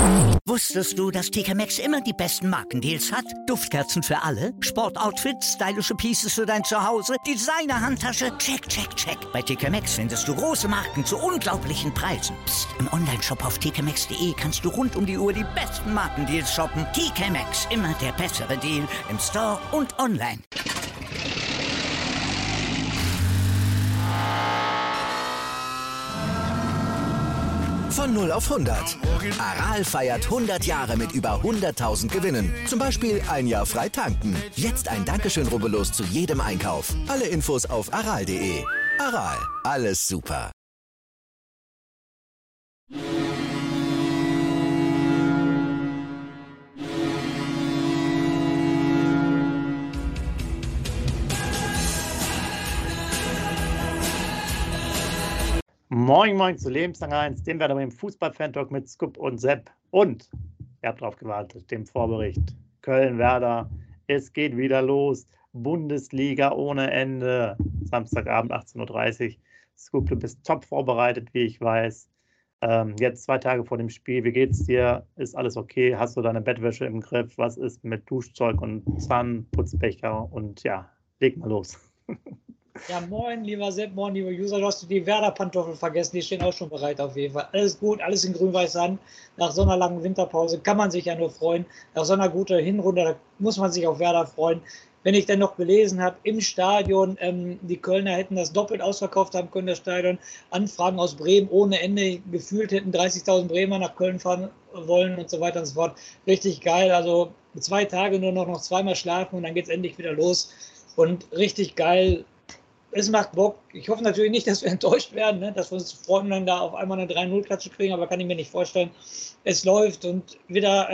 Wusstest du, dass TK Maxx immer die besten Markendeals hat? Duftkerzen für alle, Sportoutfits, stylische Pieces für dein Zuhause, Designer-Handtasche, check, check, check. Bei TK Maxx findest du große Marken zu unglaublichen Preisen. Psst. Im Onlineshop auf tkmaxx.de kannst du rund um die Uhr die besten Markendeals shoppen. TK Maxx, immer der bessere Deal im Store und online. Von 0 auf 100. Aral feiert 100 Jahre mit über 100.000 Gewinnen. Zum Beispiel ein Jahr frei tanken. Jetzt ein Dankeschön, rubbellos zu jedem Einkauf. Alle Infos auf aral.de. Aral, alles super. Moin, moin zu Lebenslang 1, dem werden wir im Fußball-Fan-Talk mit Scoop und Sepp. Und, ihr habt drauf gewartet, dem Vorbericht. Köln-Werder, es geht wieder los. Bundesliga ohne Ende. Samstagabend 18:30 Uhr. Scoop, du bist top vorbereitet, wie ich weiß. Jetzt 2 Tage vor dem Spiel. Wie geht's dir? Ist alles okay? Hast du deine Bettwäsche im Griff? Was ist mit Duschzeug und Zahnputzbecher? Und ja, leg mal los. Ja, moin, lieber Sepp, moin, lieber User. Du hast die Werder-Pantoffeln vergessen, die stehen auch schon bereit auf jeden Fall. Alles gut, alles in grün-weiß an. Nach so einer langen Winterpause kann man sich ja nur freuen. Nach so einer guten Hinrunde, da muss man sich auf Werder freuen. Wenn ich dann noch gelesen habe, im Stadion, die Kölner hätten das doppelt ausverkauft haben können, das Stadion. Anfragen aus Bremen ohne Ende. Gefühlt hätten 30.000 Bremer nach Köln fahren wollen und so weiter und so fort. Richtig geil. Also 2 Tage nur noch 2-mal schlafen und dann geht es endlich wieder los. Und richtig geil. Es macht Bock. Ich hoffe natürlich nicht, dass wir enttäuscht werden, ne? Dass wir uns freuen, dann da auf einmal eine 3-0-Klatsche kriegen, aber kann ich mir nicht vorstellen. Es läuft und wieder,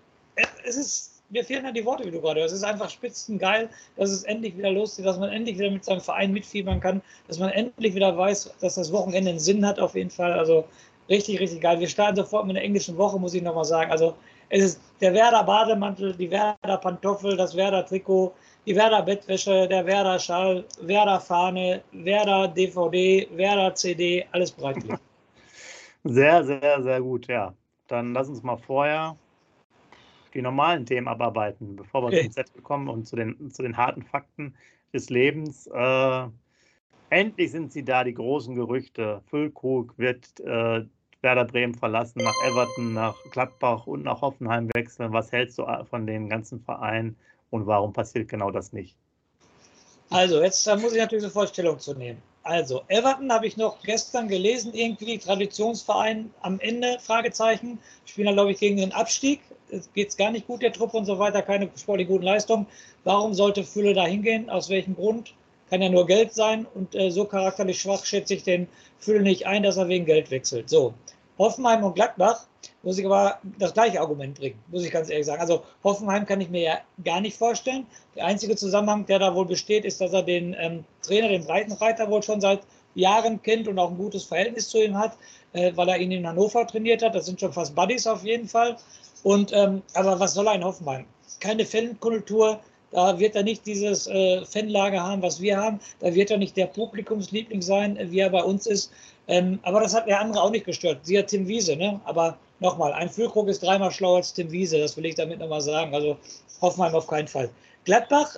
mir fehlen ja die Worte, wie du gerade hörst. Es ist einfach spitzengeil, dass es endlich wieder losgeht, dass man endlich wieder mit seinem Verein mitfiebern kann, dass man endlich wieder weiß, dass das Wochenende einen Sinn hat auf jeden Fall. Also richtig, richtig geil. Wir starten sofort mit einer englischen Woche, muss ich nochmal sagen. Also es ist der Werder-Bademantel, die Werder-Pantoffel, das Werder-Trikot, die Werder-Bettwäsche, der Werder-Schal, Werder-Fahne, Werder-DVD, Werder-CD, alles bereitlich. Sehr, sehr, sehr gut, ja. Dann lass uns mal vorher die normalen Themen abarbeiten, bevor wir zum Set kommen und zu den harten Fakten des Lebens. Endlich sind sie da, die großen Gerüchte. Füllkrug wird Werder Bremen verlassen, nach Everton, nach Gladbach und nach Hoffenheim wechseln. Was hältst du von den ganzen Vereinen und warum passiert genau das nicht? Also, jetzt da muss ich natürlich sofort Stellung zu nehmen. Also, Everton habe ich noch gestern gelesen, irgendwie Traditionsverein am Ende, Fragezeichen. Spielen da, glaube ich, gegen den Abstieg. Es geht gar nicht gut, der Truppe und so weiter, keine sportlich guten Leistungen. Warum sollte Fülle da hingehen? Aus welchem Grund? Kann ja nur Geld sein und so charakterlich schwach schätze ich den Fülle nicht ein, dass er wegen Geld wechselt. So, Hoffenheim und Gladbach muss ich aber das gleiche Argument bringen, muss ich ganz ehrlich sagen. Also Hoffenheim kann ich mir ja gar nicht vorstellen. Der einzige Zusammenhang, der da wohl besteht, ist, dass er den Trainer, den Breitenreiter, wohl schon seit Jahren kennt und auch ein gutes Verhältnis zu ihm hat, weil er ihn in Hannover trainiert hat. Das sind schon fast Buddies auf jeden Fall. Und aber was soll er in Hoffenheim? Keine Fankultur. Da wird er nicht dieses Fanlager haben, was wir haben. Da wird er nicht der Publikumsliebling sein, wie er bei uns ist. Aber das hat der andere auch nicht gestört. Sie hat Tim Wiese, ne? Aber nochmal, ein Füllkrug ist 3-mal schlauer als Tim Wiese. Das will ich damit nochmal sagen. Also Hoffenheim auf keinen Fall. Gladbach,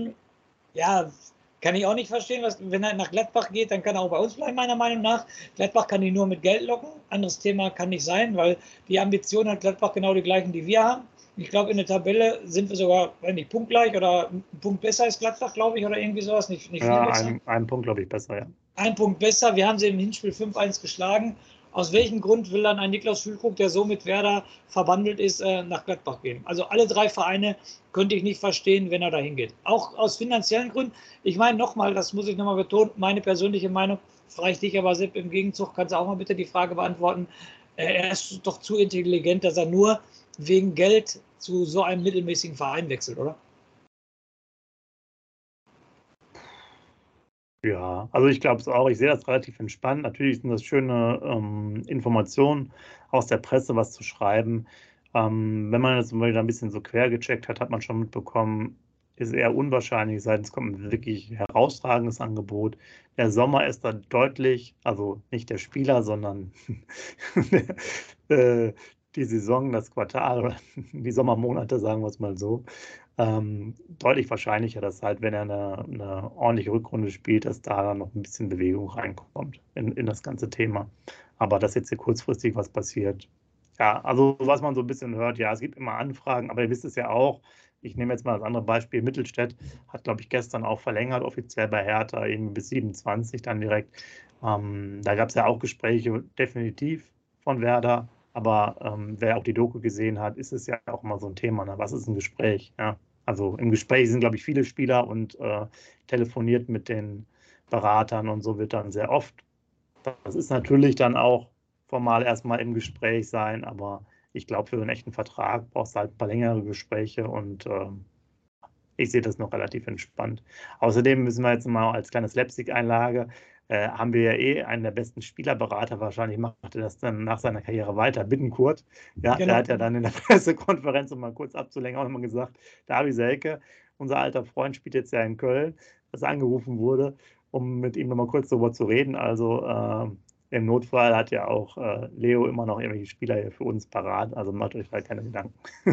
ja, kann ich auch nicht verstehen. Wenn er nach Gladbach geht, dann kann er auch bei uns bleiben, meiner Meinung nach. Gladbach kann ihn nur mit Geld locken. Anderes Thema kann nicht sein, weil die Ambition hat Gladbach genau die gleichen, die wir haben. Ich glaube, in der Tabelle sind wir sogar, wenn nicht punktgleich oder ein Punkt besser als Gladbach, glaube ich, oder irgendwie sowas. Nicht viel besser. Ein Punkt, glaube ich, besser, ja. Ein Punkt besser. Wir haben sie im Hinspiel 5-1 geschlagen. Aus welchem Grund will dann ein Niklas Füllkrug, der so mit Werder verbandelt ist, nach Gladbach gehen? Also alle 3 Vereine könnte ich nicht verstehen, wenn er da hingeht. Auch aus finanziellen Gründen. Ich meine nochmal, das muss ich nochmal betonen, meine persönliche Meinung, frage ich dich aber, Sepp, im Gegenzug, kannst du auch mal bitte die Frage beantworten. Er ist doch zu intelligent, dass er nur wegen Geld zu so einem mittelmäßigen Verein wechselt, oder? Ja, also ich glaube es auch. Ich sehe das relativ entspannt. Natürlich sind das schöne Informationen aus der Presse, was zu schreiben. Wenn man jetzt mal wieder ein bisschen so quer gecheckt hat, hat man schon mitbekommen, ist eher unwahrscheinlich, seitens kommt ein wirklich herausragendes Angebot. Der Sommer ist da deutlich, also nicht der Spieler, sondern die Saison, das Quartal oder die Sommermonate, sagen wir es mal so, deutlich wahrscheinlicher, dass halt, wenn er eine ordentliche Rückrunde spielt, dass da dann noch ein bisschen Bewegung reinkommt in das ganze Thema. Aber dass jetzt hier kurzfristig was passiert, ja, also was man so ein bisschen hört, ja, es gibt immer Anfragen, aber ihr wisst es ja auch, ich nehme jetzt mal das andere Beispiel, Mittelstädt hat, glaube ich, gestern auch verlängert, offiziell bei Hertha, eben bis 27 dann direkt. Da gab es ja auch Gespräche, definitiv von Werder, aber wer auch die Doku gesehen hat, ist es ja auch immer so ein Thema, ne? Was ist ein Gespräch? Ja? Also im Gespräch sind, glaube ich, viele Spieler und telefoniert mit den Beratern und so wird dann sehr oft. Das ist natürlich dann auch formal erstmal im Gespräch sein, aber ich glaube, für einen echten Vertrag brauchst du halt ein paar längere Gespräche und ich sehe das noch relativ entspannt. Außerdem müssen wir jetzt mal als kleine Slapstick-Einlage, haben wir ja einen der besten Spielerberater, wahrscheinlich macht er das dann nach seiner Karriere weiter, Bittencourt. Ja, genau. Der hat ja dann in der Pressekonferenz, um mal kurz abzulenken, auch nochmal gesagt, Davi Selke, unser alter Freund, spielt jetzt ja in Köln, dass angerufen wurde, um mit ihm nochmal kurz darüber zu reden. Also im Notfall hat ja auch Leo immer noch irgendwelche Spieler hier für uns parat, also macht euch halt keine Gedanken.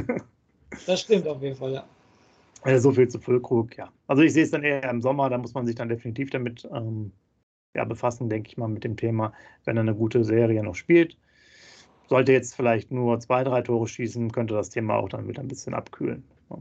Das stimmt auf jeden Fall, ja. So viel zu Füllkrug, ja. Also ich sehe es dann eher im Sommer, da muss man sich dann definitiv damit befassen, denke ich mal, mit dem Thema, wenn er eine gute Serie noch spielt. Sollte jetzt vielleicht nur 2, 3 Tore schießen, könnte das Thema auch dann wieder ein bisschen abkühlen. Ja.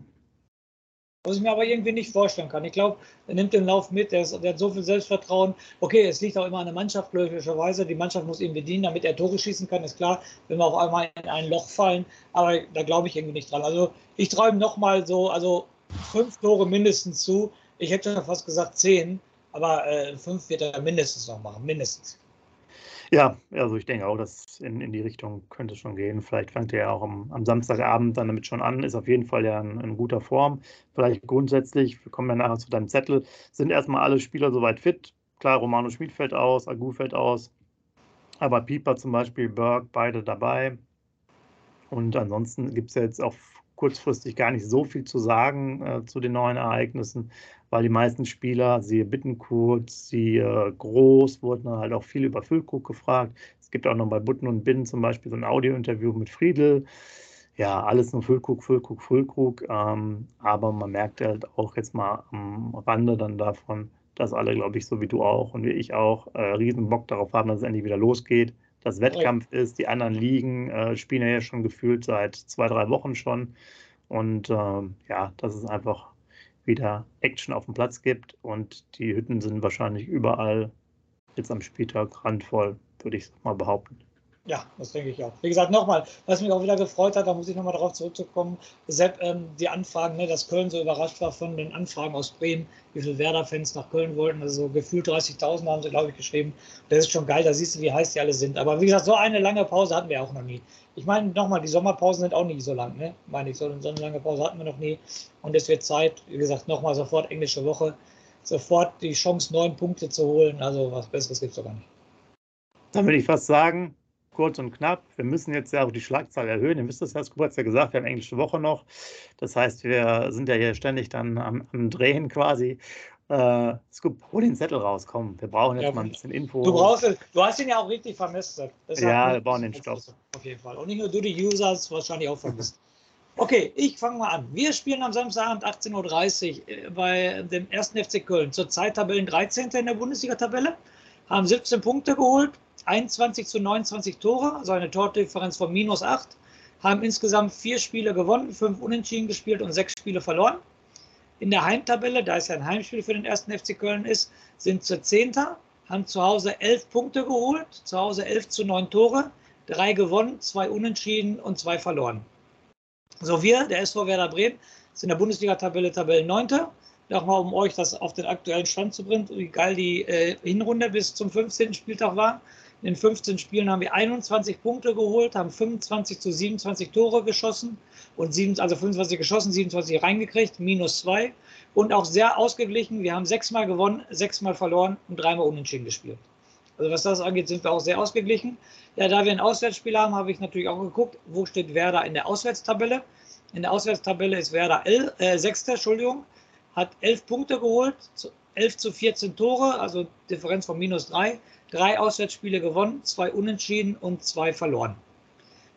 Was ich mir aber irgendwie nicht vorstellen kann. Ich glaube, er nimmt den Lauf mit, der hat so viel Selbstvertrauen. Okay, es liegt auch immer an der Mannschaft, logischerweise. Die Mannschaft muss ihn bedienen, damit er Tore schießen kann, ist klar, wenn wir auf einmal in ein Loch fallen. Aber da glaube ich irgendwie nicht dran. Also ich träume nochmal so, also 5 Tore mindestens zu. Ich hätte schon fast gesagt 10, aber 5 wird er mindestens noch machen, mindestens. Ja, also ich denke auch, dass in die Richtung könnte es schon gehen. Vielleicht fängt er ja auch am Samstagabend dann damit schon an, ist auf jeden Fall ja in guter Form. Vielleicht grundsätzlich, wir kommen ja nachher zu deinem Zettel, sind erstmal alle Spieler soweit fit. Klar, Romano Schmid fällt aus, Agu fällt aus, aber Pieper zum Beispiel, Berg, beide dabei. Und ansonsten gibt es ja jetzt auch kurzfristig gar nicht so viel zu sagen zu den neuen Ereignissen, weil die meisten Spieler, siehe Bittencourt, siehe Groß, wurden dann halt auch viel über Füllkrug gefragt. Es gibt auch noch bei Butten und Binnen zum Beispiel so ein Audio-Interview mit Friedl. Ja, alles nur Füllkrug, Füllkrug, Füllkrug. Aber man merkt halt auch jetzt mal am Rande dann davon, dass alle, glaube ich, so wie du auch und wie ich auch, riesen Bock darauf haben, dass es endlich wieder losgeht. Dass Wettkampf ist, die anderen Ligen spielen ja schon gefühlt seit 2, 3 Wochen schon. Und ja, dass es einfach wieder Action auf dem Platz gibt. Und die Hütten sind wahrscheinlich überall jetzt am Spieltag randvoll, würde ich mal behaupten. Ja, das denke ich auch. Wie gesagt, nochmal, was mich auch wieder gefreut hat, da muss ich nochmal darauf zurückzukommen, Sepp, die Anfragen, ne, dass Köln so überrascht war von den Anfragen aus Bremen, wie viele Werder-Fans nach Köln wollten, also so gefühlt 30.000 haben sie, glaube ich, geschrieben. Das ist schon geil, da siehst du, wie heiß die alle sind. Aber wie gesagt, so eine lange Pause hatten wir auch noch nie. Ich meine, nochmal, die Sommerpausen sind auch nicht so lang, ne? Meine ich, so eine lange Pause hatten wir noch nie. Und es wird Zeit, wie gesagt, nochmal sofort englische Woche, sofort die Chance, 9 Punkte zu holen. Also was Besseres gibt es doch gar nicht. Dann würde ich fast sagen, kurz und knapp, wir müssen jetzt ja auch die Schlagzahl erhöhen. Ihr wisst das, Herr Scoop hat es ja gesagt, wir haben englische Woche noch. Das heißt, wir sind ja hier ständig dann am Drehen quasi. Scoop, hol den Zettel raus, komm. Wir brauchen jetzt mal ein bisschen Info. Du hast ihn ja auch richtig vermisst. Ja, wir brauchen den Stoff. Auf jeden Fall. Und nicht nur du, die Users wahrscheinlich auch vermisst. Okay, ich fange mal an. Wir spielen am Samstagabend 18.30 Uhr bei dem 1. FC Köln. Zurzeit Tabellen 13. in der Bundesliga-Tabelle. Haben 17 Punkte geholt, 21:29 Tore, also eine Tordifferenz von -8. Haben insgesamt 4 Spiele gewonnen, 5 Unentschieden gespielt und 6 Spiele verloren. In der Heimtabelle, da es ja ein Heimspiel für den 1. FC Köln ist, sind sie 10. Haben zu Hause 11 Punkte geholt, zu Hause 11:9 Tore, 3 gewonnen, 2 Unentschieden und 2 verloren. So, wir, der SV Werder Bremen, sind in der Bundesliga-Tabelle Tabellen 9. Nochmal, um euch das auf den aktuellen Stand zu bringen, wie geil die Hinrunde bis zum 15. Spieltag war. In den 15 Spielen haben wir 21 Punkte geholt, haben 25:27 Tore geschossen und 25 geschossen, 27 reingekriegt, -2 und auch sehr ausgeglichen. Wir haben 6-mal gewonnen, 6-mal verloren und 3-mal unentschieden gespielt. Also was das angeht, sind wir auch sehr ausgeglichen. Ja, da wir ein Auswärtsspiel haben, habe ich natürlich auch geguckt, wo steht Werder in der Auswärtstabelle. In der Auswärtstabelle ist Werder 6. Hat 11 Punkte geholt, 11:14 Tore, also Differenz von -3. 3 Auswärtsspiele gewonnen, 2 Unentschieden und 2 verloren.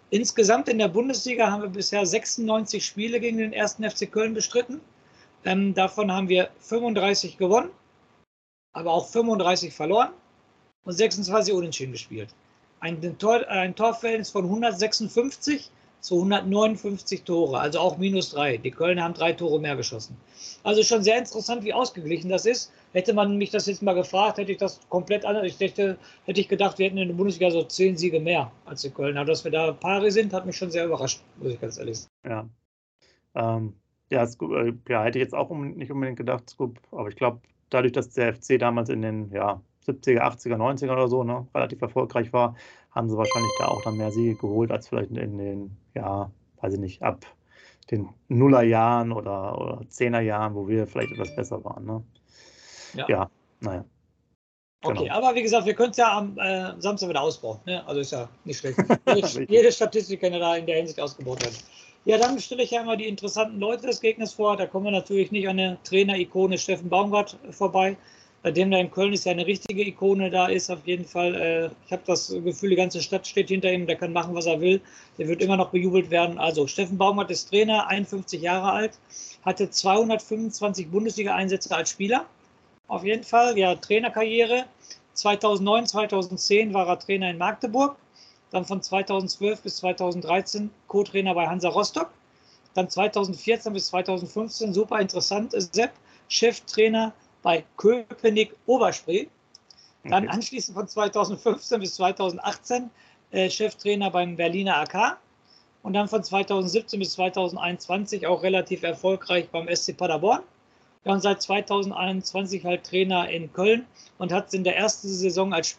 Insgesamt in der Bundesliga haben wir bisher 96 Spiele gegen den 1. FC Köln bestritten. Davon haben wir 35 gewonnen, aber auch 35 verloren und 26 unentschieden gespielt. Ein Torverhältnis von 156 zu 159 Tore, also auch -3. Die Kölner haben 3 Tore mehr geschossen. Also schon sehr interessant, wie ausgeglichen das ist. Hätte man mich das jetzt mal gefragt, hätte ich das komplett anders. Hätte ich gedacht, wir hätten in der Bundesliga so 10 Siege mehr als die Kölner. Aber dass wir da pari sind, hat mich schon sehr überrascht, muss ich ganz ehrlich sagen. Ja. Hätte ich jetzt auch nicht unbedingt gedacht, Scoop, aber ich glaube, dadurch, dass der FC damals in den 70er, 80er, 90er oder so relativ erfolgreich war, haben sie wahrscheinlich da auch dann mehr Siege geholt, als vielleicht in den, weiß ich nicht, ab den Nullerjahren oder 10er-Jahren, wo wir vielleicht etwas besser waren. Ne? Ja, naja. Okay, Genau. aber wie gesagt, wir können es ja am Samstag wieder ausbauen. Ne? Also ist ja nicht schlecht. Jede Statistik kann ja da in der Hinsicht ausgebaut werden. Ja, dann stelle ich ja immer die interessanten Leute des Gegners vor. Da kommen wir natürlich nicht an der Trainer-Ikone Steffen Baumgart vorbei. Bei dem da in Köln ist ja eine richtige Ikone da ist, auf jeden Fall. Ich habe das Gefühl, die ganze Stadt steht hinter ihm, der kann machen, was er will. Der wird immer noch bejubelt werden. Also Steffen Baumgart ist Trainer, 51 Jahre alt, hatte 225 Bundesliga-Einsätze als Spieler. Auf jeden Fall, ja, Trainerkarriere. 2009, 2010 war er Trainer in Magdeburg. Dann von 2012 bis 2013 Co-Trainer bei Hansa Rostock. Dann 2014 bis 2015, super interessant, Sepp, Cheftrainer bei Köpenick Oberspree. Dann anschließend von 2015 bis 2018 Cheftrainer beim Berliner AK. Und dann von 2017 bis 2021 auch relativ erfolgreich beim SC Paderborn. Ja, und seit 2021 halt Trainer in Köln und hat es in der ersten Saison als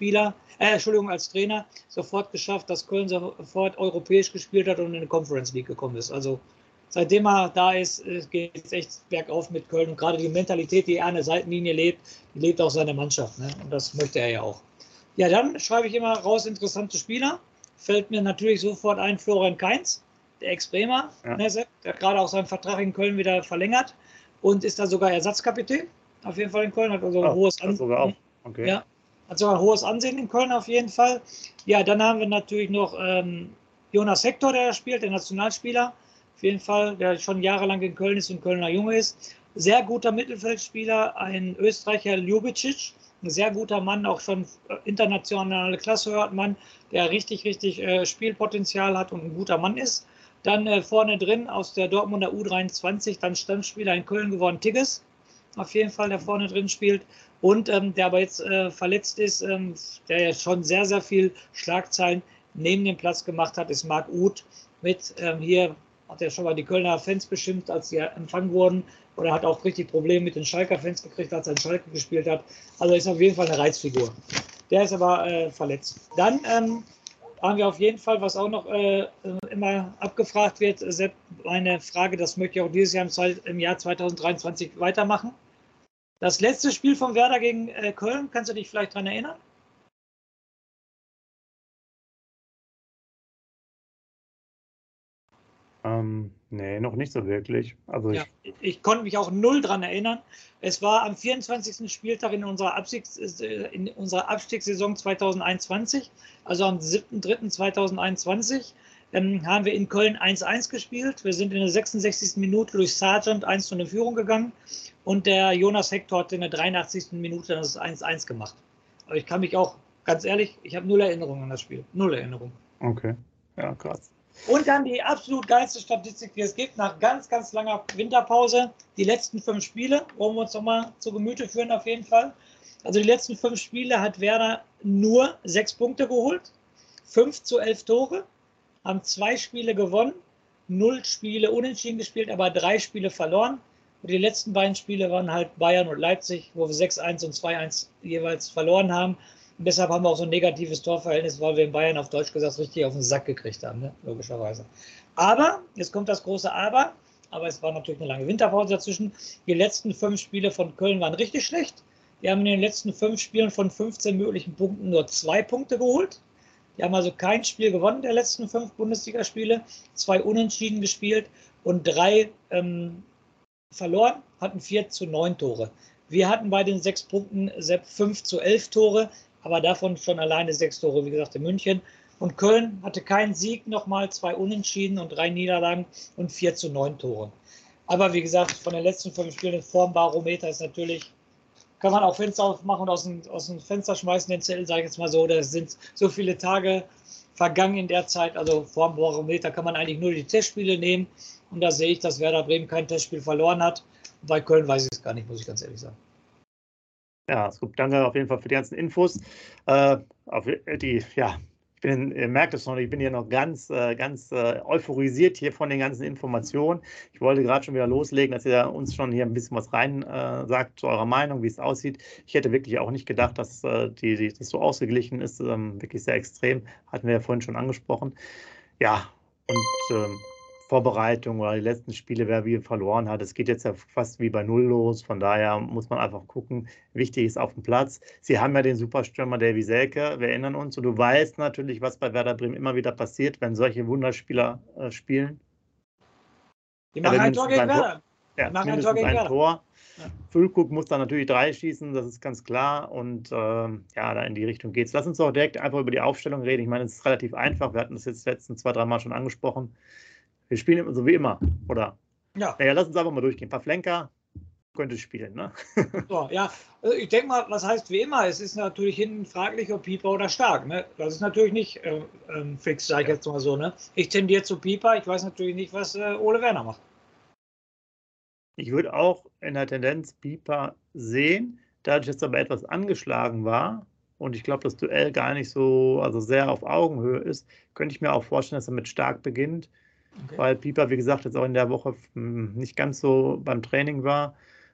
Trainer sofort geschafft, dass Köln sofort europäisch gespielt hat und in die Conference League gekommen ist. Also seitdem er da ist, geht es echt bergauf mit Köln. Und gerade die Mentalität, die er an der Seitenlinie lebt, die lebt auch seine Mannschaft. Ne? Und das möchte er ja auch. Ja, dann schreibe ich immer raus interessante Spieler. Fällt mir natürlich sofort ein Florian Kainz, der Ex-Bremer, der hat gerade auch seinen Vertrag in Köln wieder verlängert und ist da sogar Ersatzkapitän. Auf jeden Fall in Köln, hat also ein hohes Ansehen. Okay. Ja, hat sogar ein hohes Ansehen in Köln auf jeden Fall. Ja, dann haben wir natürlich noch Jonas Hector, der spielt, der Nationalspieler. Auf jeden Fall, der schon jahrelang in Köln ist und Kölner Junge ist. Sehr guter Mittelfeldspieler, ein Österreicher Ljubicic, ein sehr guter Mann, auch schon internationale Klasse hört man, der richtig Spielpotenzial hat und ein guter Mann ist. Dann vorne drin aus der Dortmunder U23, dann Stammspieler in Köln geworden, Tigges, auf jeden Fall, der vorne drin spielt. Und der aber jetzt verletzt ist, der ja schon sehr, sehr viel Schlagzeilen neben dem Platz gemacht hat, ist Marc Uth mit hier. Hat er schon mal die Kölner Fans beschimpft, als sie empfangen wurden. Oder hat auch richtig Probleme mit den Schalker Fans gekriegt, als er in Schalke gespielt hat. Also ist auf jeden Fall eine Reizfigur. Der ist aber verletzt. Dann haben wir auf jeden Fall, was auch noch immer abgefragt wird, Sepp, eine Frage, das möchte ich auch dieses Jahr im Jahr 2023 weitermachen. Das letzte Spiel von Werder gegen Köln, kannst du dich vielleicht daran erinnern? Nee, noch nicht so wirklich. Also ja, ich konnte mich auch null daran erinnern. Es war am 24. Spieltag in unserer Abstiegssaison 2021, also am 7.3.2021, haben wir in Köln 1-1 gespielt. Wir sind in der 66. Minute durch Sargent 1:0 in Führung gegangen und der Jonas Hector hat in der 83. Minute das 1-1 gemacht. Aber ich kann mich auch, ganz ehrlich, ich habe null Erinnerungen an das Spiel. Null Erinnerung. Okay, ja, krass. Und dann die absolut geilste Statistik, die es gibt, nach ganz, ganz langer Winterpause. Die letzten 5 Spiele, wollen wir uns nochmal zu Gemüte führen auf jeden Fall. Also die letzten 5 Spiele hat Werder nur 6 Punkte geholt, 5:11 Tore, haben 2 Spiele gewonnen, 0 Spiele unentschieden gespielt, aber 3 Spiele verloren. Und die letzten beiden Spiele waren halt Bayern und Leipzig, wo wir 6:1 und 2:1 jeweils verloren haben. Und deshalb haben wir auch so ein negatives Torverhältnis, weil wir in Bayern auf Deutsch gesagt richtig auf den Sack gekriegt haben, ne? Logischerweise. Aber, jetzt kommt das große Aber es war natürlich eine lange Winterpause dazwischen. Die letzten 5 Spiele von Köln waren richtig schlecht. Die haben in den letzten 5 Spielen von 15 möglichen Punkten nur 2 Punkte geholt. Die haben also kein Spiel gewonnen der letzten 5 Bundesligaspiele, 2 Unentschieden gespielt und 3 verloren, hatten 4:9 Tore. Wir hatten bei den 6 Punkten 5:11 Tore, aber davon schon alleine 6 Tore, wie gesagt, in München. Und Köln hatte keinen Sieg, nochmal 2 Unentschieden und 3 Niederlagen und 4:9 Tore. Aber wie gesagt, von den letzten 5 Spielen, das Formbarometer ist natürlich, kann man auch Fenster aufmachen und aus dem Fenster schmeißen, den Zettel, sage ich jetzt mal so. Da sind so viele Tage vergangen in der Zeit. Also Formbarometer kann man eigentlich nur die Testspiele nehmen. Und da sehe ich, dass Werder Bremen kein Testspiel verloren hat. Bei Köln weiß ich es gar nicht, muss ich ganz ehrlich sagen. Ja, danke auf jeden Fall für die ganzen Infos. Ihr merkt es noch, ich bin hier noch ganz euphorisiert hier von den ganzen Informationen. Ich wollte gerade schon wieder loslegen, dass ihr uns schon hier ein bisschen was rein sagt zu eurer Meinung, wie es aussieht. Ich hätte wirklich auch nicht gedacht, dass das so ausgeglichen ist, wirklich sehr extrem. Hatten wir ja vorhin schon angesprochen. Ja, und Vorbereitung oder die letzten Spiele, wer wie verloren hat. Es geht jetzt ja fast wie bei Null los. Von daher muss man einfach gucken. Wichtig ist auf dem Platz. Sie haben ja den Superstürmer Davy Selke. Wir erinnern uns. Und du weißt natürlich, was bei Werder Bremen immer wieder passiert, wenn solche Wunderspieler spielen. Die machen ein Tor gegen Werder. Ja, mindestens ein Tor. Ja. Füllkrug muss dann natürlich 3 schießen, das ist ganz klar. Und da in die Richtung geht's. Lass uns doch direkt einfach über die Aufstellung reden. Ich meine, es ist relativ einfach. Wir hatten das jetzt die letzten 2-3 Mal schon angesprochen. Wir spielen so wie immer, oder? Ja. Naja, lass uns einfach mal durchgehen. Ein paar Flanker könnte spielen, ne? So, ja, ich denke mal, was heißt wie immer? Es ist natürlich hinten fraglich, ob Pieper oder Stark, ne? Das ist natürlich nicht fix, sage ich jetzt mal so, ne? Ich tendiere zu Pieper, ich weiß natürlich nicht, was Ole Werner macht. Ich würde auch in der Tendenz Pieper sehen, dadurch, dass er aber etwas angeschlagen war und ich glaube, das Duell gar nicht so, also sehr auf Augenhöhe ist, könnte ich mir auch vorstellen, dass er mit Stark beginnt. Okay. Weil Pieper, wie gesagt, jetzt auch in der Woche nicht ganz so beim Training war.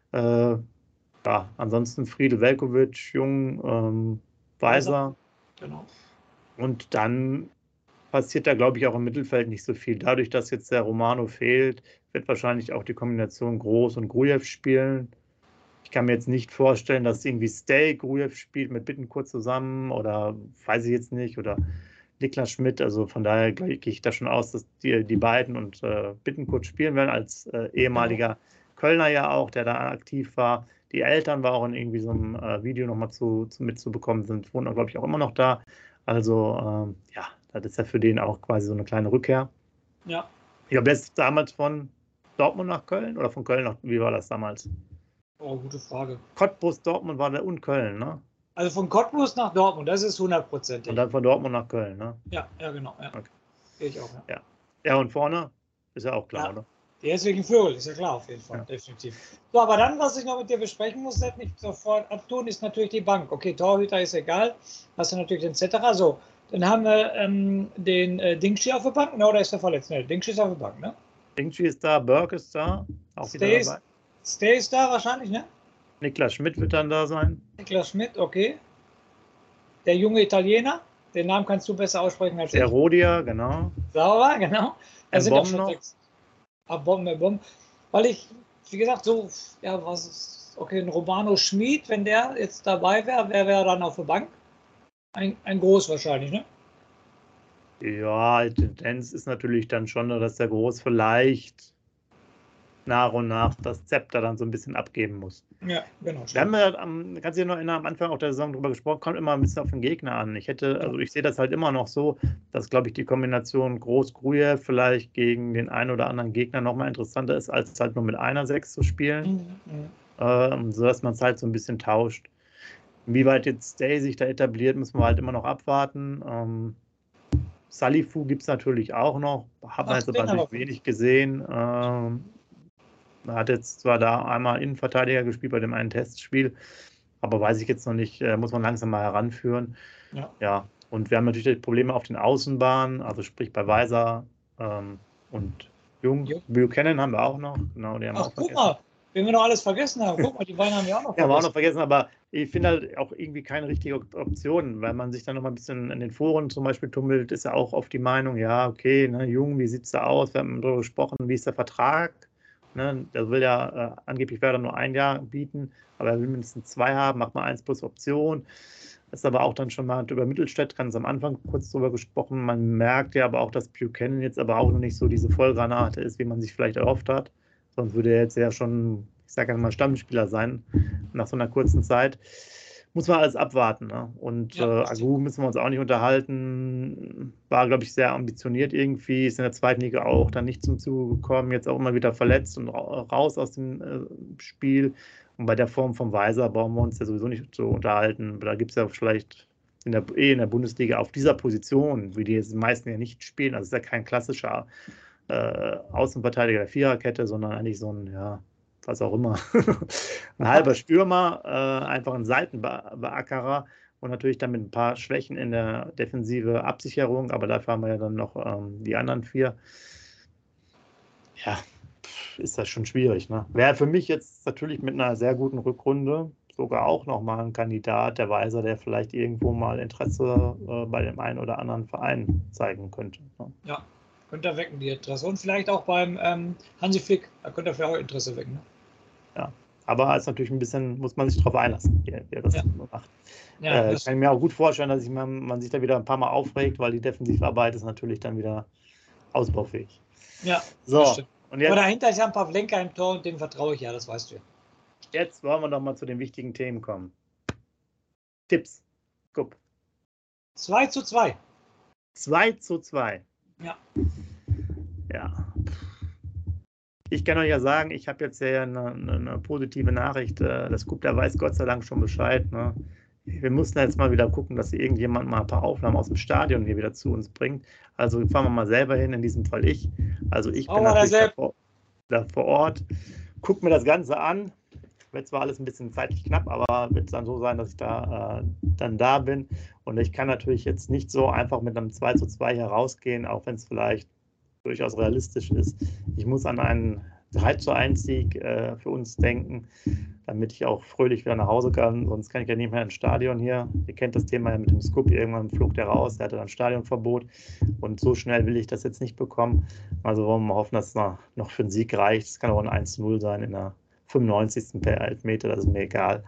Ansonsten Friedel Veljković, Jung, Weiser. Genau. Und dann passiert da, glaube ich, auch im Mittelfeld nicht so viel. Dadurch, dass jetzt der Romano fehlt, wird wahrscheinlich auch die Kombination Groß und Grujew spielen. Ich kann mir jetzt nicht vorstellen, dass irgendwie Stay Grujew spielt mit Bittencourt zusammen oder weiß ich jetzt nicht, oder Niklas Schmidt, also von daher gehe ich davon aus, dass die beiden und Bittencourt spielen werden, als ehemaliger Kölner ja auch, der da aktiv war. Die Eltern waren auch in irgendwie so einem Video nochmal mitzubekommen, wohnen, glaube ich, auch immer noch da. Also das ist ja für den auch quasi so eine kleine Rückkehr. Ja. Ich glaube, der ist damals von Dortmund nach Köln oder von Köln nach, wie war das damals? Oh, gute Frage. Cottbus, Dortmund war der und Köln, ne? Also von Cottbus nach Dortmund, das ist 100%. Und dann von Dortmund nach Köln, ne? Ja, genau. Ja. Okay. Sehe ich auch, ja. Ja, und vorne ist ja auch klar, oder? Der ist wegen Vögel, ist ja klar, auf jeden Fall, definitiv. So, aber dann, was ich noch mit dir besprechen muss, nicht sofort abtun, ist natürlich die Bank. Okay, Torhüter ist egal, hast du natürlich den Zetterer. So, dann haben wir den Dingshi auf der Bank, ne, oder ist der verletzt? Ne, Dingshi ist auf der Bank, ne? Dingshi ist da, Burke ist da, auch wieder dabei. Stay ist da wahrscheinlich, ne? Niklas Schmidt wird dann da sein. Niklas Schmidt, okay. Der junge Italiener, den Namen kannst du besser aussprechen als ich. Der Rodia, genau. Sauber, genau. Da sind auch schon noch. 6. Bomben. Weil ich, wie gesagt, ein Romano Schmid, wenn der jetzt dabei wäre, wer wäre dann auf der Bank? Ein Groß wahrscheinlich, ne? Ja, die Tendenz ist natürlich dann schon, dass der Groß vielleicht nach und nach das Zepter dann so ein bisschen abgeben muss. Ja, genau. Wir haben ja, kannst du dich noch erinnern, am Anfang auch der Saison drüber gesprochen, kommt immer ein bisschen auf den Gegner an. Ich sehe das halt immer noch so, dass, glaube ich, die Kombination Groß-Grujew vielleicht gegen den einen oder anderen Gegner nochmal interessanter ist, als halt nur mit einer 6 zu spielen, sodass man es halt so ein bisschen tauscht. Inwieweit jetzt Stay sich da etabliert, müssen wir halt immer noch abwarten. Salifu gibt es natürlich auch noch, hat man jetzt aber natürlich wenig gesehen. Er hat jetzt zwar da einmal Innenverteidiger gespielt bei dem einen Testspiel, aber weiß ich jetzt noch nicht, muss man langsam mal heranführen. Ja. Und wir haben natürlich Probleme auf den Außenbahnen, also sprich bei Weiser und Jung. Buchanan haben wir auch noch. Genau, die haben auch guck mal, wenn wir noch alles vergessen haben. Guck mal, die beiden haben wir auch noch vergessen. Ja, haben wir auch noch vergessen, aber ich finde halt auch irgendwie keine richtige Option, weil man sich dann noch mal ein bisschen in den Foren zum Beispiel tummelt, ist ja auch oft die Meinung, ja, okay, ne, Jung, wie sieht es da aus? Wir haben darüber gesprochen, wie ist der Vertrag? Ne, der will ja angeblich Werder nur 1 Jahr bieten, aber er will mindestens 2 haben, macht mal 1 plus Option. Das ist aber auch dann schon mal über Mittelstädt, ganz am Anfang kurz drüber gesprochen. Man merkt ja aber auch, dass Buchanan jetzt aber auch noch nicht so diese Vollgranate ist, wie man sich vielleicht erhofft hat. Sonst würde er jetzt ja schon, ich sage mal, Stammspieler sein nach so einer kurzen Zeit. muss man alles abwarten. Ne? Und Agu müssen wir uns auch nicht unterhalten. War, glaube ich, sehr ambitioniert irgendwie. Ist in der zweiten Liga auch dann nicht zum Zuge gekommen. Jetzt auch immer wieder verletzt und raus aus dem Spiel. Und bei der Form vom Weiser brauchen wir uns ja sowieso nicht so unterhalten. Da gibt es ja vielleicht in der Bundesliga auf dieser Position, wie die jetzt die meisten ja nicht spielen. Also ist ja kein klassischer Außenverteidiger der Viererkette, sondern eigentlich so ein, was auch immer, ein halber Stürmer, einfach ein Seitenbeackerer und natürlich dann mit ein paar Schwächen in der defensive Absicherung, aber dafür haben wir ja dann noch die anderen 4. Ja, ist das schon schwierig. Ne? Wäre für mich jetzt natürlich mit einer sehr guten Rückrunde sogar auch nochmal ein Kandidat, der Weiser, der vielleicht irgendwo mal Interesse bei dem einen oder anderen Verein zeigen könnte. Ne? Ja, könnte er wecken, die Interesse. Und vielleicht auch beim Hansi Flick, da könnte er vielleicht auch Interesse wecken. Ne? Ja, aber es ist natürlich ein bisschen, muss man sich darauf einlassen, wie er das macht. Ja, ich kann mir auch gut vorstellen, dass man sich da wieder ein paar Mal aufregt, weil die Defensivarbeit ist natürlich dann wieder ausbaufähig. Ja, so. Das stimmt. Und jetzt, aber dahinter ist ja ein Pavlenka im Tor und dem vertraue ich ja, das weißt du ja. Jetzt wollen wir doch mal zu den wichtigen Themen kommen. Tipps. Guck. 2:2. 2:2. Ja. Ja. Ich kann euch ja sagen, ich habe jetzt ja eine positive Nachricht. Der Scoop, der weiß Gott sei Dank schon Bescheid. Ne? Wir mussten jetzt mal wieder gucken, dass irgendjemand mal ein paar Aufnahmen aus dem Stadion hier wieder zu uns bringt. Also fahren wir mal selber hin, in diesem Fall ich. Also ich bin natürlich da vor Ort. Guck mir das Ganze an. Wird zwar alles ein bisschen zeitlich knapp, aber wird es dann so sein, dass ich dann da bin. Und ich kann natürlich jetzt nicht so einfach mit einem 2:2 hier rausgehen, auch wenn es vielleicht durchaus realistisch ist. Ich muss an einen 3:1-Sieg für uns denken, damit ich auch fröhlich wieder nach Hause kann. Sonst kann ich ja nicht mehr ins Stadion hier. Ihr kennt das Thema ja mit dem Scoop. Irgendwann flog der raus, der hatte dann Stadionverbot. Und so schnell will ich das jetzt nicht bekommen. Also wollen wir mal hoffen, dass es noch für einen Sieg reicht. Es kann auch ein 1:0 sein in der 95. per Elfmeter, das ist mir egal.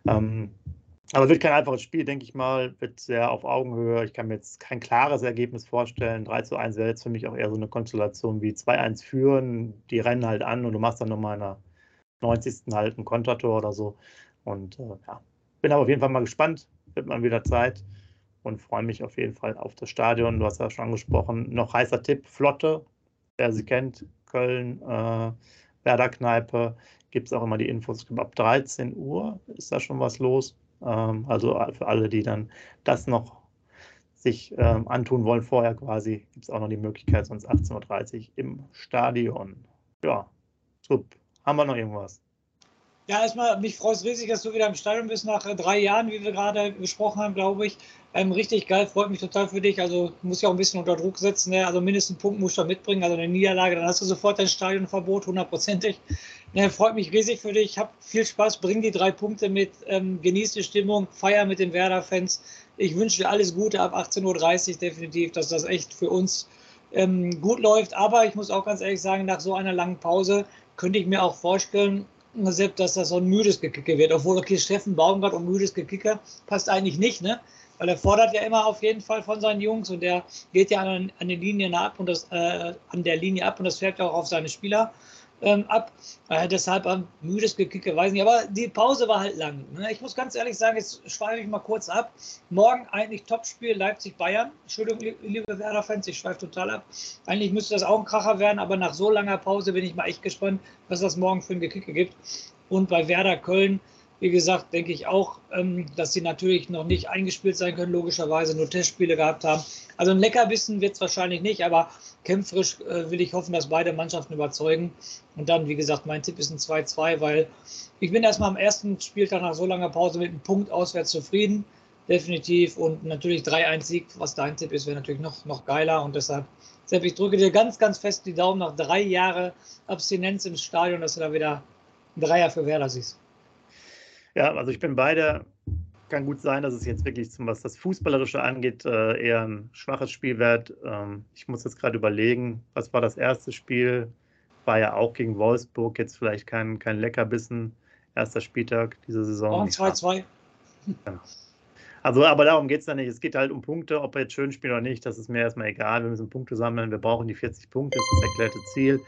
Aber wird kein einfaches Spiel, denke ich mal, wird sehr auf Augenhöhe. Ich kann mir jetzt kein klares Ergebnis vorstellen. 3:1 wäre jetzt für mich auch eher so eine Konstellation wie 2:1 führen, die rennen halt an und du machst dann nochmal in der 90. halt ein Kontertor oder so. Und bin aber auf jeden Fall mal gespannt, wird mal wieder Zeit und freue mich auf jeden Fall auf das Stadion. Du hast ja schon angesprochen, noch heißer Tipp, Flotte, wer sie kennt, Köln, Werder-Kneipe, gibt es auch immer die Infos, ab 13 Uhr ist da schon was los. Also für alle, die dann das noch sich antun wollen vorher quasi, gibt es auch noch die Möglichkeit, sonst 18:30 Uhr im Stadion. Ja, super. Haben wir noch irgendwas? Ja, erstmal, mich freut es riesig, dass du wieder im Stadion bist nach 3 Jahren, wie wir gerade gesprochen haben, glaube ich. Richtig geil, freut mich total für dich. Also muss ja auch ein bisschen unter Druck setzen. Ne? Also mindestens einen Punkt musst du mitbringen. Also eine Niederlage, dann hast du sofort dein Stadionverbot, 100%. Ne, freut mich riesig für dich. Hab viel Spaß, bring die 3 Punkte mit, genieß die Stimmung, feier mit den Werder-Fans. Ich wünsche dir alles Gute ab 18:30 Uhr definitiv, dass das echt für uns gut läuft. Aber ich muss auch ganz ehrlich sagen, nach so einer langen Pause könnte ich mir auch vorstellen, Sepp, dass das so ein müdes Gekicke wird. Obwohl, okay, Steffen Baumgart und müdes Gekicke passt eigentlich nicht, ne? Weil er fordert ja immer auf jeden Fall von seinen Jungs und der geht ja an der Linie ab und das färbt ja auch auf seine Spieler ab. Deshalb ein müdes Gekicke, weiß nicht. Aber die Pause war halt lang. Ne? Ich muss ganz ehrlich sagen, jetzt schweife ich mal kurz ab. Morgen eigentlich Topspiel Leipzig-Bayern. Entschuldigung, liebe Werder-Fans, ich schweife total ab. Eigentlich müsste das auch ein Kracher werden, aber nach so langer Pause bin ich mal echt gespannt, was das morgen für ein Gekicke gibt. Und bei Werder Köln, wie gesagt, denke ich auch, dass sie natürlich noch nicht eingespielt sein können, logischerweise nur Testspiele gehabt haben. Also ein Leckerbissen wird es wahrscheinlich nicht, aber kämpferisch will ich hoffen, dass beide Mannschaften überzeugen. Und dann, wie gesagt, mein Tipp ist ein 2:2, weil ich bin erstmal am ersten Spieltag nach so langer Pause mit einem Punkt auswärts zufrieden, definitiv. Und natürlich 3:1 Sieg, was dein Tipp ist, wäre natürlich noch geiler. Und deshalb, Sepp, ich drücke dir ganz, ganz fest die Daumen nach 3 Jahren Abstinenz im Stadion, dass du da wieder einen Dreier für Werder siehst. Ja, also ich bin beide. Kann gut sein, dass es jetzt wirklich, was das Fußballerische angeht, eher ein schwaches Spiel wird. Ich muss jetzt gerade überlegen, was war das erste Spiel? War ja auch gegen Wolfsburg, jetzt vielleicht kein Leckerbissen. Erster Spieltag dieser Saison. Auch ein 2:2. Ja. Also, aber darum geht es ja nicht. Es geht halt um Punkte, ob wir jetzt schön spielen oder nicht. Das ist mir erstmal egal. Wir müssen Punkte sammeln. Wir brauchen die 40 Punkte, das ist das erklärte Ziel.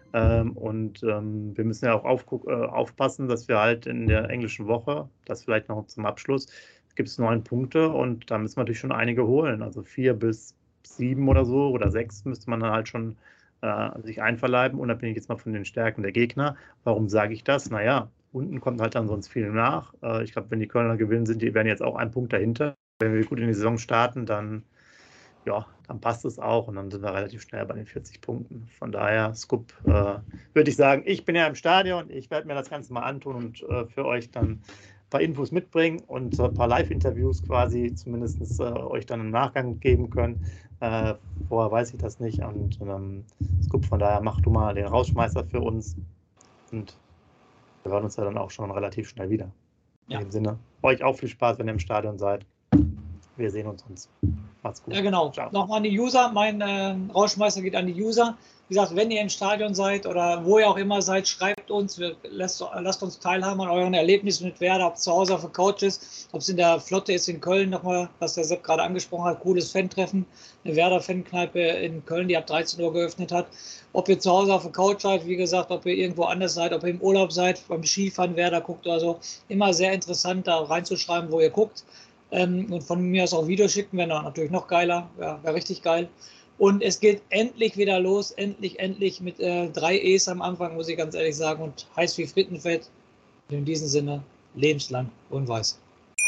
Wir müssen ja auch aufpassen, dass wir halt in der englischen Woche, das vielleicht noch zum Abschluss, gibt es 9 Punkte und da müssen wir natürlich schon einige holen. Also 4 bis 7 oder so oder 6 müsste man dann halt schon sich einverleiben, unabhängig jetzt mal von den Stärken der Gegner. Warum sage ich das? Naja, unten kommt halt dann sonst viel nach. Ich glaube, wenn die Kölner gewinnen, die werden jetzt auch 1 Punkt dahinter. Wenn wir gut in die Saison starten, dann passt es auch und dann sind wir relativ schnell bei den 40 Punkten. Von daher, Scoop, würde ich sagen, ich bin ja im Stadion, ich werde mir das Ganze mal antun und für euch dann ein paar Infos mitbringen und ein paar Live-Interviews quasi zumindest euch dann im Nachgang geben können. Vorher weiß ich das nicht und Scoop, von daher mach du mal den Rausschmeißer für uns und wir hören uns ja dann auch schon relativ schnell wieder. In dem Sinne, euch auch viel Spaß, wenn ihr im Stadion seid. Wir sehen uns. Macht's gut. Ja, genau. Nochmal an die User. Mein Rausschmeißer geht an die User. Wie gesagt, wenn ihr im Stadion seid oder wo ihr auch immer seid, schreibt uns. Lasst uns teilhaben an euren Erlebnissen mit Werder, ob es zu Hause auf der Couch ist, ob es in der Flotte ist in Köln. Nochmal, was der Sepp gerade angesprochen hat, cooles Fan-Treffen. Eine Werder-Fankneipe in Köln, die ab 13 Uhr geöffnet hat. Ob ihr zu Hause auf der Couch seid, wie gesagt, ob ihr irgendwo anders seid, ob ihr im Urlaub seid, beim Skifahren Werder guckt oder so. Immer sehr interessant, da reinzuschreiben, wo ihr guckt. Und von mir aus auch Videos schicken, wäre natürlich noch geiler, wäre richtig geil. Und es geht endlich wieder los, endlich mit 3 E's am Anfang, muss ich ganz ehrlich sagen, und heiß wie Frittenfett. In diesem Sinne, lebenslang und weiß.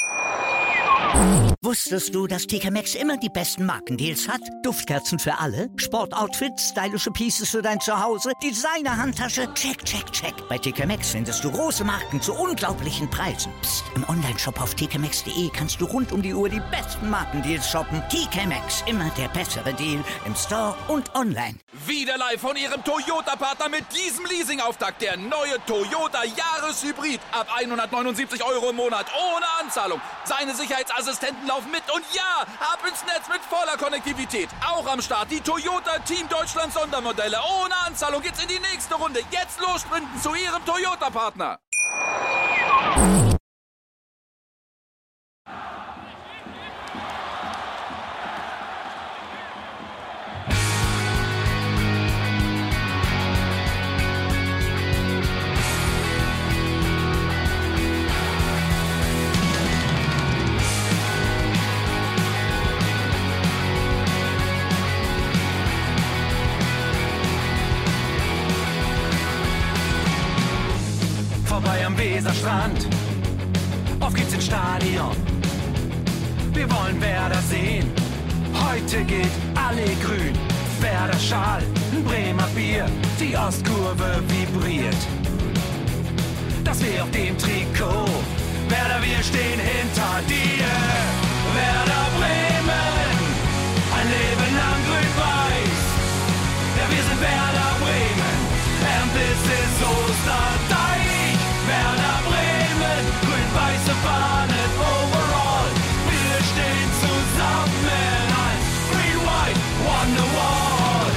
Wusstest du, dass TK Maxx immer die besten Markendeals hat? Duftkerzen für alle, Sportoutfits, stylische Pieces für dein Zuhause, Designer-Handtasche, check, check, check. Bei TK Maxx findest du große Marken zu unglaublichen Preisen. Psst. Im Onlineshop auf tkmaxx.de kannst du rund um die Uhr die besten Markendeals shoppen. TK Maxx, immer der bessere Deal im Store und online. Wieder live von Ihrem Toyota-Partner mit diesem Leasing-Auftakt. Der neue Toyota Jahreshybrid. Ab 179 € im Monat ohne Anzahlung. Seine Sicherheitsassistenten laufen mit und ja, ab ins Netz mit voller Konnektivität. Auch am Start die Toyota Team Deutschland Sondermodelle. Ohne Anzahlung geht's in die nächste Runde. Jetzt los sprinten zu Ihrem Toyota-Partner. Vorbei am Weserstrand, auf geht's ins Stadion. Wir wollen Werder sehen, heute geht alle grün. Werder Schal, ein Bremer Bier, die Ostkurve vibriert. Das weh auf dem Trikot, Werder, wir stehen hinter dir. Werder Bremen, ein Leben lang grün-weiß. Ja, wir sind Werder Bremen, and this is Osterdeich. Werder Bremen, grün-weiße Fahnen overall. Wir stehen zusammen als Green-White Wonderwall.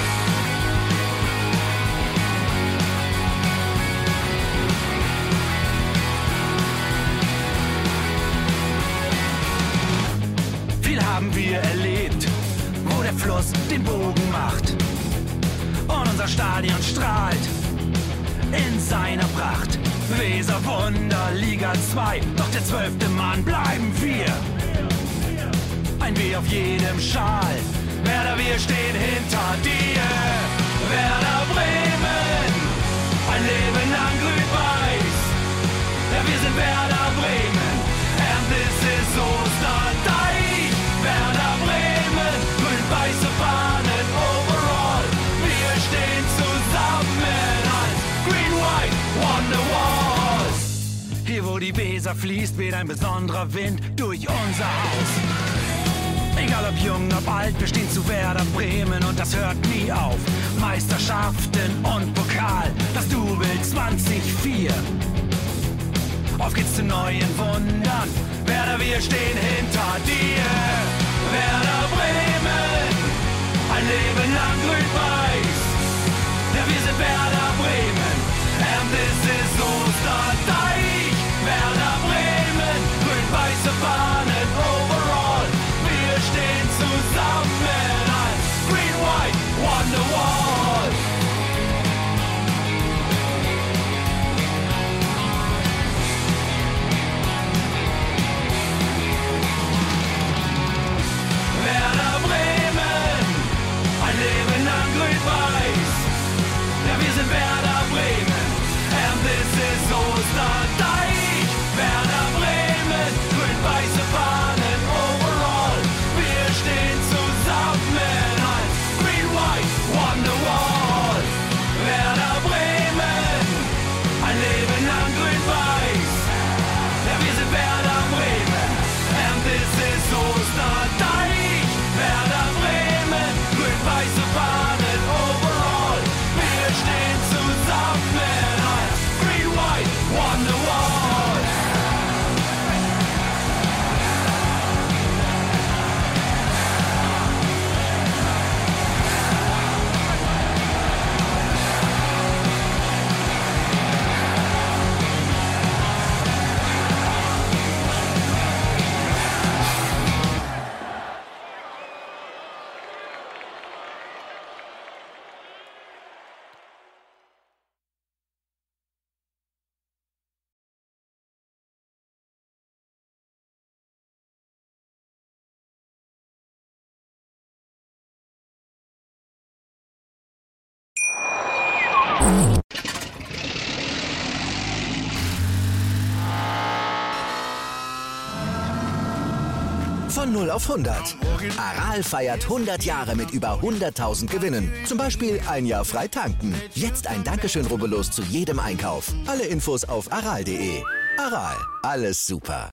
Viel haben wir erlebt, wo der Fluss den Bogen macht. Und unser Stadion strahlt in seiner Pracht. Weser Wunder, Liga 2, doch der 12. Mann bleiben wir. Ein W auf jedem Schal, Werder, wir stehen hinter dir. Werder Bremen, ein Leben lang grün-weiß. Ja, wir sind Werder Bremen, and this is Osterdeich. Werder Bremen, grün-weiße Fahnen overall. Wir stehen zusammen als Green-White Wonderwall. Hier wo die Weser fließt, weht ein besonderer Wind durch unser Haus. Egal ob jung, ob alt, wir stehen zu Werder Bremen und das hört nie auf. Meisterschaften und Pokal, das Double 2004. Auf geht's zu neuen Wundern, Werder, wir stehen hinter dir. Werder Bremen, ein Leben lang grün-weiß. Ja, wir sind Werder Bremen, and this is Osterdeich. Werder Bremen, grün-weiße Fahnen overall. Wir stehen zusammen als Green-White Wonderwall. Von 0 auf 100. Aral feiert 100 Jahre mit über 100.000 Gewinnen. Zum Beispiel ein Jahr frei tanken. Jetzt ein Dankeschön, rubbellos zu jedem Einkauf. Alle Infos auf aral.de. Aral, alles super.